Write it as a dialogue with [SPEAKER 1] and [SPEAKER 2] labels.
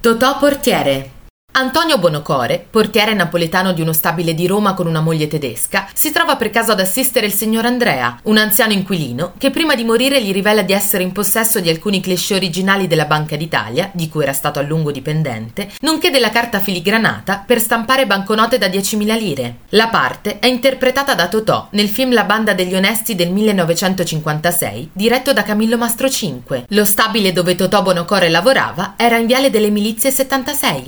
[SPEAKER 1] Totò portiere. Antonio Bonocore, portiere napoletano di uno stabile di Roma con una moglie tedesca, si trova per caso ad assistere il signor Andrea, un anziano inquilino, che prima di morire gli rivela di essere in possesso di alcuni cliché originali della Banca d'Italia, di cui era stato a lungo dipendente, nonché della carta filigranata per stampare banconote da 10.000 lire. La parte è interpretata da Totò nel film La banda degli onesti del 1956, diretto da Camillo Mastrocinque. Lo stabile dove Totò Bonocore lavorava era in Viale delle Milizie 76.